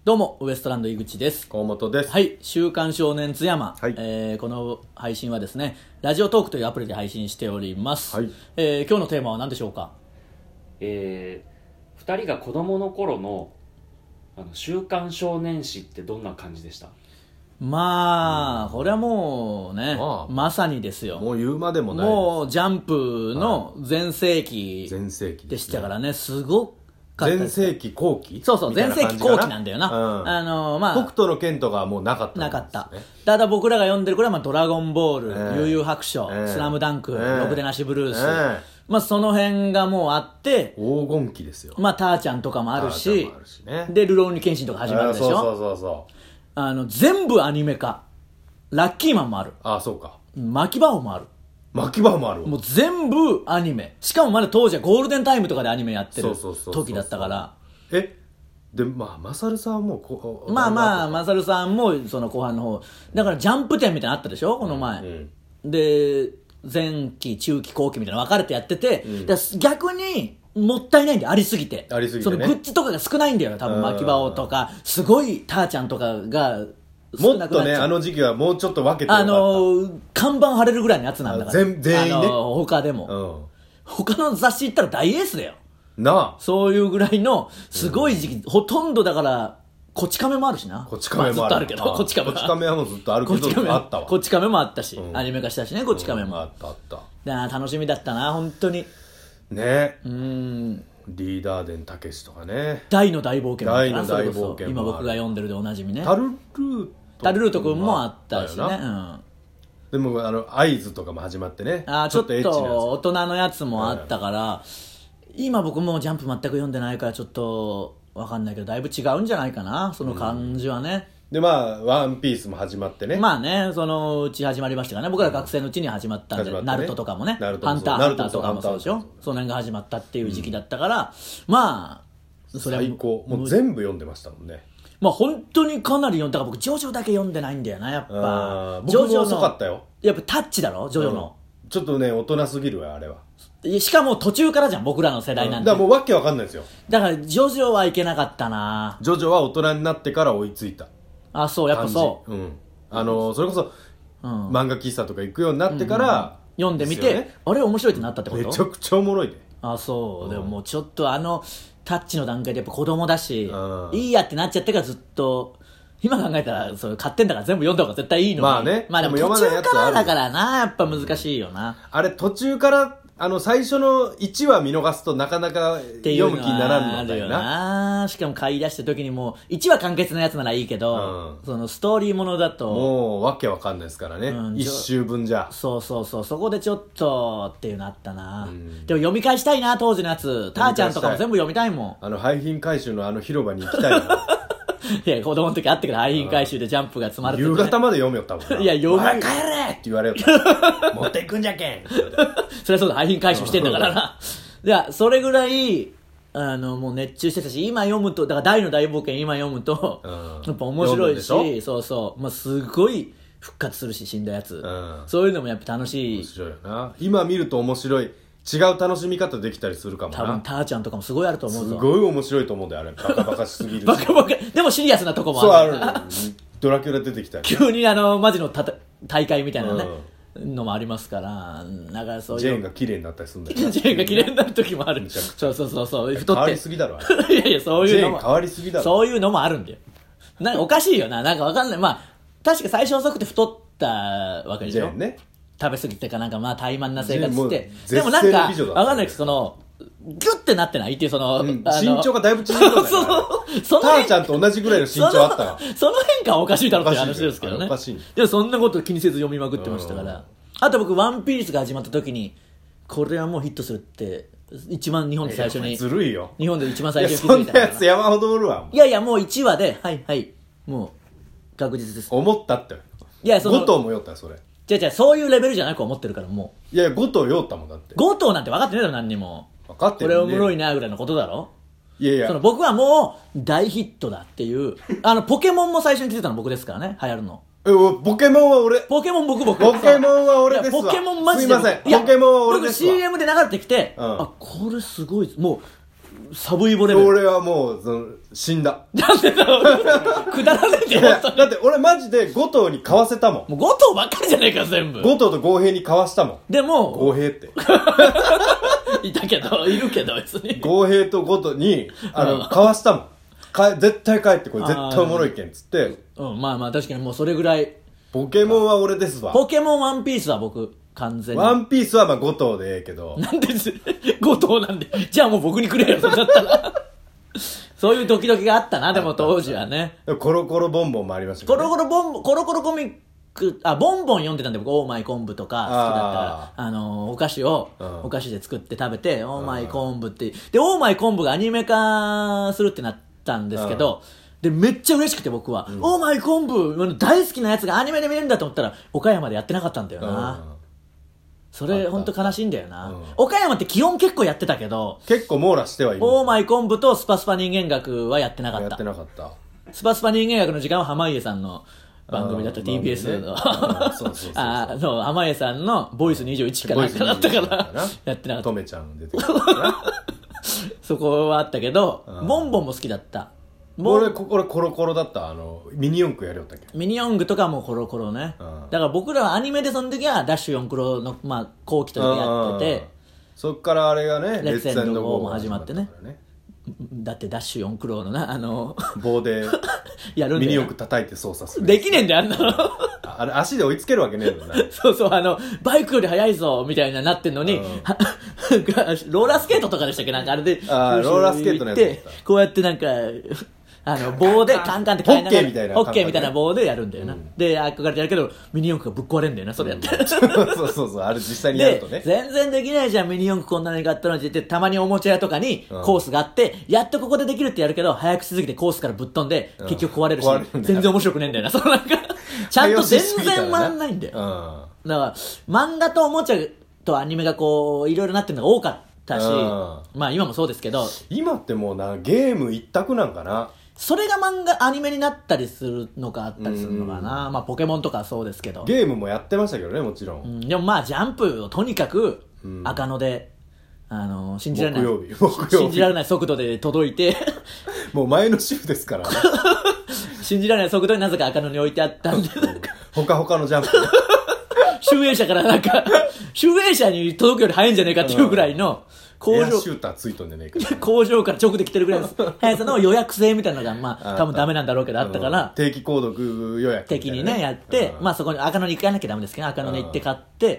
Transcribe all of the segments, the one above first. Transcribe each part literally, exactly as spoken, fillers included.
どうもウエストランド井口です。 河本です。 はい、週刊少年津山、 はいえー、この配信はですねラジオトークというアプリで配信しております、 はいえー、今日のテーマは何でしょうか。 えー、ふたりが子供の頃のあの週刊少年誌ってどんな感じでした？ まあ、うん、これはもうね、まあ、まさにですよ。 もう言うまでもないです。 もうジャンプの全盛期でしたからね、すごく全盛期後期、 そうそう全盛期後期なんだよな、 うん、 あのまあ北斗の拳とかはもうなかった、 ね、なかった。ただ僕らが読んでるこれは、まあ、ドラゴンボール、えー、悠々白書、えー、スラムダンク、えー、ろくでなしブルース、えー、まあその辺がもうあって黄金期ですよ。 まあターちゃんとかもあるし、 あるしね、 でルローニケンシンとか始まるでしょ。 そうそうそうそう、 あの全部アニメ化。ラッキーマンもある。 ああそうか。 巻き場王もある。 巻き場もある。 もう全部アニメ。しかもまだ当時はゴールデンタイムとかでアニメやってる時だったから。 えでまあマサルさんはもうこまあまあマサルさんもその後半の方だからジャンプ展みたいなのあったでしょこの前、うんうん、で前期中期後期みたいなの分かれてやってて、うん、だ逆にもったいないんだよ、ありすぎて。 ありすぎてね。 そのグッズとかが少ないんだよ多分。巻き場王とかすごいターちゃんとかがもっとね、あの時期はもうちょっと分けてよかった。 あのー、看板貼れるぐらいのやつなんだから。 全, 全員ね、あのー、他でも、うん、他の雑誌行ったら大エースだよなあ。 そういうぐらいのすごい時期、うん、ほとんどだからこち亀もあるしな。 こち亀もある、 まあ、ずっとあるけど、こち亀こち亀はもうずっとあるけどあったわ。 こち亀もあったし、 うん、 アニメ化したしね、こち亀も、 うん、あったあった。 だ楽しみだったな本当にね。 うーん、 リーダー伝たけしとかね。 大の大冒険もあったな。 大の大冒険もある。 今僕が読んでるでおなじみね。 タルルートタルルート君もあったしね、うん、 でもあの合図とかも始まってね。 あちょっと大人のやつもあったから、はい、今僕もジャンプ全く読んでないからちょっと分かんないけどだいぶ違うんじゃないかなその感じはね、 うん、でまあワンピースも始まってね。 まあねそのうち始まりましたからね。僕ら学生のうちに始まったんで、うん、ナルトとかもね、ハンターハンターとかもそうでしょ。その辺が始まったっていう時期だったから、うん、まあそれは最高。もう全部読んでましたもんね。 まあ本当にかなり読んだから僕ジョジョだけ読んでないんだよなやっぱ。 ジョジョ遅かったよ。 やっぱタッチだろジョジョの、 うん、ちょっとね大人すぎるわあれは。 しかも途中からじゃん僕らの世代なんて、 うん、だからもうわけわかんないですよ。 だからジョジョはいけなかったな。 ジョジョは大人になってから追いついた。 あそうやっぱそう、 うん、あのそれこそ、うん、漫画喫茶とか行くようになってから、 うん、読んでみて、ね、あれ面白いってなったってこと。 めちゃくちゃおもろいで。 あそう、うん、でももうちょっとあのタッチの段階でやっぱ子供だし、うん、いいやってなっちゃってからずっと今考えたらそれ買ってんだから全部読んだ方が絶対いいのに。 まあね。 まあでも途中からだからなやっぱ難しいよな。 あれ途中からあの最初のいちわ見逃すとなかなか読む気にならんのだよな。 しかも買い出した時にもういちわ完結のやつならいいけど、うん、そのストーリーものだともうわけわかんないですからね、うん、一周分じゃ。 そうそうそうそこでちょっとっていうのあったな、うん、でも読み返したいな当時のやつ。ターちゃんとかも全部読みたいもん。 あの廃品回収のあの広場に行きたいな。 いや子供の時あってから廃品回収でジャンプが積まれて、 ね、夕方まで読めよったもんな。 いや読め帰れって言われよった持っていくんじゃけん。 それはそうだ廃品回収してんだからな。いやそれぐらいあのもう熱中してたし今読むとだから大の大冒険今読むと、うん、やっぱ面白いしそうそう、まあ、すごい復活するし死んだやつ、うん、そういうのもやっぱ楽しい。 面白いよな。今見ると面白い違う楽しみ方できたりするかもな。 多分ターちゃんとかもすごいあると思うぞ。 すごい面白いと思うんだよあれ。バカバカしすぎるしバカバカでもシリアスなとこもある。 そうあるドラキュラ出てきたり急にあのマジのたた大会みたいなね、うん、のもありますからだからそういうジェーンが綺麗になったりするんだよ。 ジェーンが綺麗になる時もある。そうそうそうそう太って変わりすぎだろあれ。いやいやそういうのもジェーン変わりすぎだろ。 そういうのもあるんだよ。なんかおかしいよななんかわかんない。まあ確か最初遅くて太ったわけでしょ。 ジェーンね食べ過ぎてかなんかまあ怠慢な生活してでもなんかわかんないけどそのギュッてなってないっていうその、うん、 身長がだいぶ縮んだんだよそターちゃんと同じぐらいの身長あったわ。 その変化はおかしいだろっていう話ですけどね。 おかしい。 でもそんなこと気にせず読みまくってましたから。あと僕ワンピースが始まった時にこれはもうヒットするって一番日本で最初にずるいよ。 日本で一番最初に気づいたから。そんなやつ山ほどおるわ。 いやいやもういちわではいはいもう確実です。 思ったって。 いやそのご頭も酔ったそれ。 違う違うそういうレベルじゃなく思ってるからもう。いやご頭酔ったもんだって。 ご頭なんて分かってねえだろ何にも。 分かってるね。 これおもろいなぐらいのことだろ。 いやいやその僕はもう大ヒットだっていうあのポケモンも最初に気づいたの僕ですからね流行るの。 えポケモンは俺。 ポケモン僕僕ポケモンは俺ですわ。 ポケモンマジですいませんポケモンは俺ですわ。 僕 シーエム で流れてきて、うん、あこれすごいもうサブイボレベル。 俺はもうその死んだ。 なんでだろうくだらねえってだって俺マジで後藤に買わせたもん。 もうご頭ばっかりじゃねえか全部。 後藤と豪平に買わせたもん。 でも豪平っていたけどいるけど別に豪平と後藤にあの買わせたもん。か絶対帰ってこれ絶対おもろいけんっつって。 うん、まあまあ確かにもうそれぐらい。 ポケモンは俺ですわ。 ポケモンワンピースは僕完全に。 ワンピースはまあ後藤でええけど。 なんです後藤なんで。じゃあもう僕にくれよ、そんだったら。そういうドキドキがあったな、でも当時はね。 コロコロボンボンもありましたけど、ね。 コロコロボンボン、コロコロコミック、あ、ボンボン読んでたんで僕、オーマイ昆布とか好きだったから、あの、お菓子を、うん、お菓子で作って食べて、オーマイ昆布って。で、オーマイ昆布がアニメ化するってなったんですけど、で、めっちゃ嬉しくて僕は、うん、オーマイ昆布大好きなやつがアニメで見れるんだと思ったら、岡山でやってなかったんだよな。うん、それほんと悲しいんだよな、うん、岡山って基本結構やってたけど結構網羅してはいる。 オーマイ昆布とスパスパ人間学はやってなかった。 やってなかった。 スパスパ人間学の時間は濱家さんの番組だった。 ティービーエス のあの濱家さんのボイスにじゅういちかなんかだったからやってなかった。 とめちゃん出てくるからそこはあったけど、ボンボンも好きだった。 俺これコロコロだった。あのミニ四駆やりよったっけ。 ミニ四駆とかもコロコロね、うん、だから僕らはアニメでその時はダッシュ四クロの、まあ、後期とかやってて、 そっからあれがねレッツエンドゴーも始まってね。だってダッシュ四クロのなあの棒でやるんだよ。 ミニ四駆叩いて操作する。 できねえんだよあんなのあれ足で追いつけるわけねえもんなそうそう、あのバイクより速いぞみたいななってんのに、うん、ローラースケートとかでしたっけ、なんかあれであローラースケートのやつだった。 こうやってなんかあの棒でカンカンって変えながらホッケーみたいなホッケーみたいな棒でやるんだよな、うん、で憧れてやるけどミニ四駆がぶっ壊れんだよなそれやって、うん、 そうそうそう、あれ実際にやるとね、 全然できないじゃんミニ四駆こんなに買ったのにって言って、たまにおもちゃ屋とかにコースがあって、うん、やっとここでできるってやるけど早くしすぎてコースからぶっ飛んで、うん、結局壊れるし、全然面白くねえんだよなそのなんかちゃんと全然回んないんだよ、うん、だから漫画とおもちゃとアニメがこういろいろなってるのが多かったし、うん、まあ今もそうですけど、 今ってもうなゲーム一択なんかな。 それが漫画アニメになったりするのかあったりするのかな、まあポケモンとかそうですけど、 ゲームもやってましたけどねもちろん、 うん、でもまあジャンプをとにかく赤野で、あの信じられない木曜日木曜日信じられない速度で届いてもう前の週ですからね信じられない速度になぜか赤野に置いてあったんでほかほかのジャンプ集英社からなんか集英社に届くより早いんじゃないかっていうぐらいの工場エアシューターついとんじゃねえか工場から直で来てるぐらいの速さの予約制みたいなのがまあ多分ダメなんだろうけどあったから、 定期購読予約的にねやって、まあそこに赤野に行かなきゃダメですけど赤野に行って買って、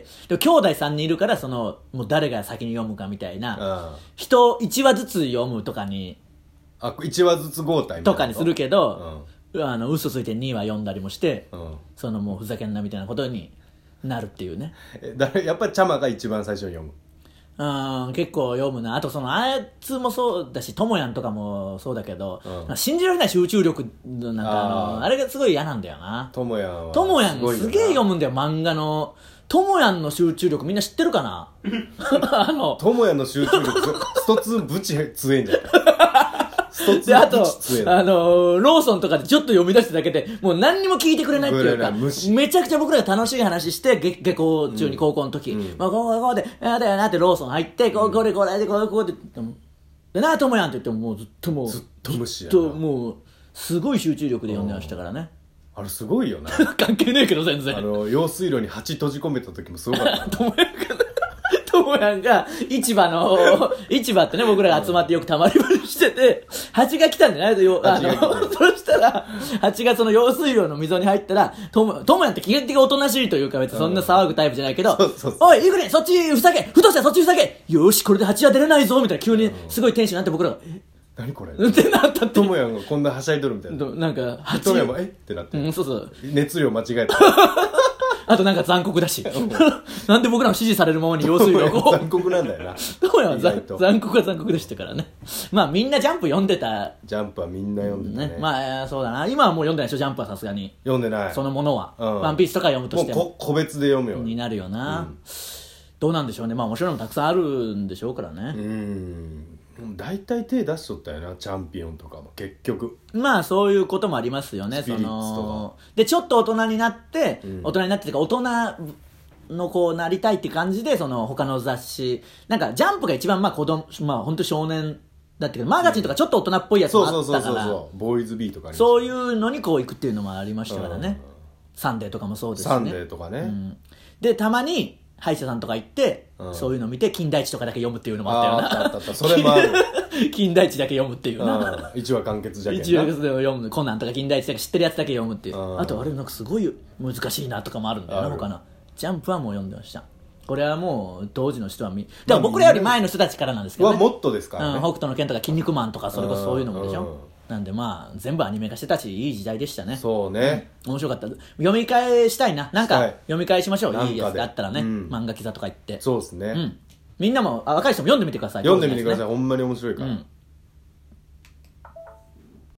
でも兄弟さんにんいるからそのもう誰が先に読むかみたいな、人いちわずつ読むとかにあいちわずつ交代みたいなとかにするけど、あの嘘ついてにわ読んだりもして、そのもうふざけんなみたいなことになるっていうね。 えだやっぱりチャマが一番最初に読む。 うん、結構読むな。あとそのあいつもそうだしともやんとかもそうだけど、うん、信じられない集中力なんかあの あ, あれがすごい嫌なんだよな。 ともやんはともやんすげえ読むんだよ漫画の。ともやんの集中力みんな知ってるかなあのともやんの集中力一つぶち強えんじゃんであとあのローソンとかでちょっと読み出しただけでもう何にも聞いてくれないっていうか、めちゃくちゃ僕らが楽しい話して下下校中に高校の時、うん、まあこうこうであだよなってローソン入ってこうこれこれでこうこうででなともやんって言ってももうずっともうずっと無視やな。 ずっともうすごい集中力で読んでましたからね。 あれすごいよな関係ねえけど全然。 あの用水路に蜂閉じ込めた時もすごかったともやんかなともやんが市場の市場ってね僕らが集まってよくたまり場にしてて、蜂が来たんじゃないよあのそしたら蜂がその用水路の溝に入ったらともともやんって基本的におとなしいというか別にそんな騒ぐタイプじゃないけど、そうそうそうおいいくねそっちふざけふとしたそっちふざけよしこれで蜂は出れないぞみたいな急にすごいテンションになって僕らがえ何これってなったって。 ともやんがこんなはしゃいどるみたいな。 なんか蜂ともやんもえってなって、 うん、そうそう熱量間違えたあとなんか残酷だしなんで僕らも指示されるままに用水路を残酷なんだよなともやんは残酷は残酷でしたからね。まあみんなジャンプ読んでた。 ジャンプはみんな読んでた ね, ねまあそうだな。今はもう読んでないでしょジャンプはさすがに。 読んでないそのものは、 うん、 ワンピースとか読むとしてももう個別で読むよになるよな、うん、どうなんでしょうね。まあ面白いのたくさんあるんでしょうからね。 うん大体手出しとったよなチャンピオンとかも結局。 まあそういうこともありますよね。 スピリッツとかそのでちょっと大人になって、うん、大人になってというか大人のこうなりたいって感じでその他の雑誌なんかジャンプが一番まあ子供まあ本当少年だってマガジンとかちょっと大人っぽいやつもあったから、 そうそうそうそうボーイズビーとかありましたそういうのにこう行くっていうのもありましたからね、サンデーとかもそうですしね、 サンデーとかね、 うん、でたまに歯医者さんとか行って、うん、そういうの見て金田一とかだけ読むっていうのもあったよな。 ああったあったそれもある金田一だけ読むっていうな、 一話完結じゃけんな、 一話完結で読む、コナンとか金田一だけ知ってるやつだけ読むっていう、あとあれなんかすごい難しいなとかもあるんだよな他の。ジャンプはもう読んでました。これはもう当時の人はみでも僕らより前の人たちからなんですけどね、 はもっとですからね、 うん、北斗の拳とか筋肉マンとかそれこそそういうのもでしょ。なんでまあ全部アニメ化してたしいい時代でしたね。 そうね、 うん、面白かった。読み返したいな、なんか読み返しましょう。いいやつがあったらね、うん、漫画キザとか言って。 そうですね、 うん、みんなもあ若い人も読んでみてください。 読んでみてください、ほんまに面白いから、うん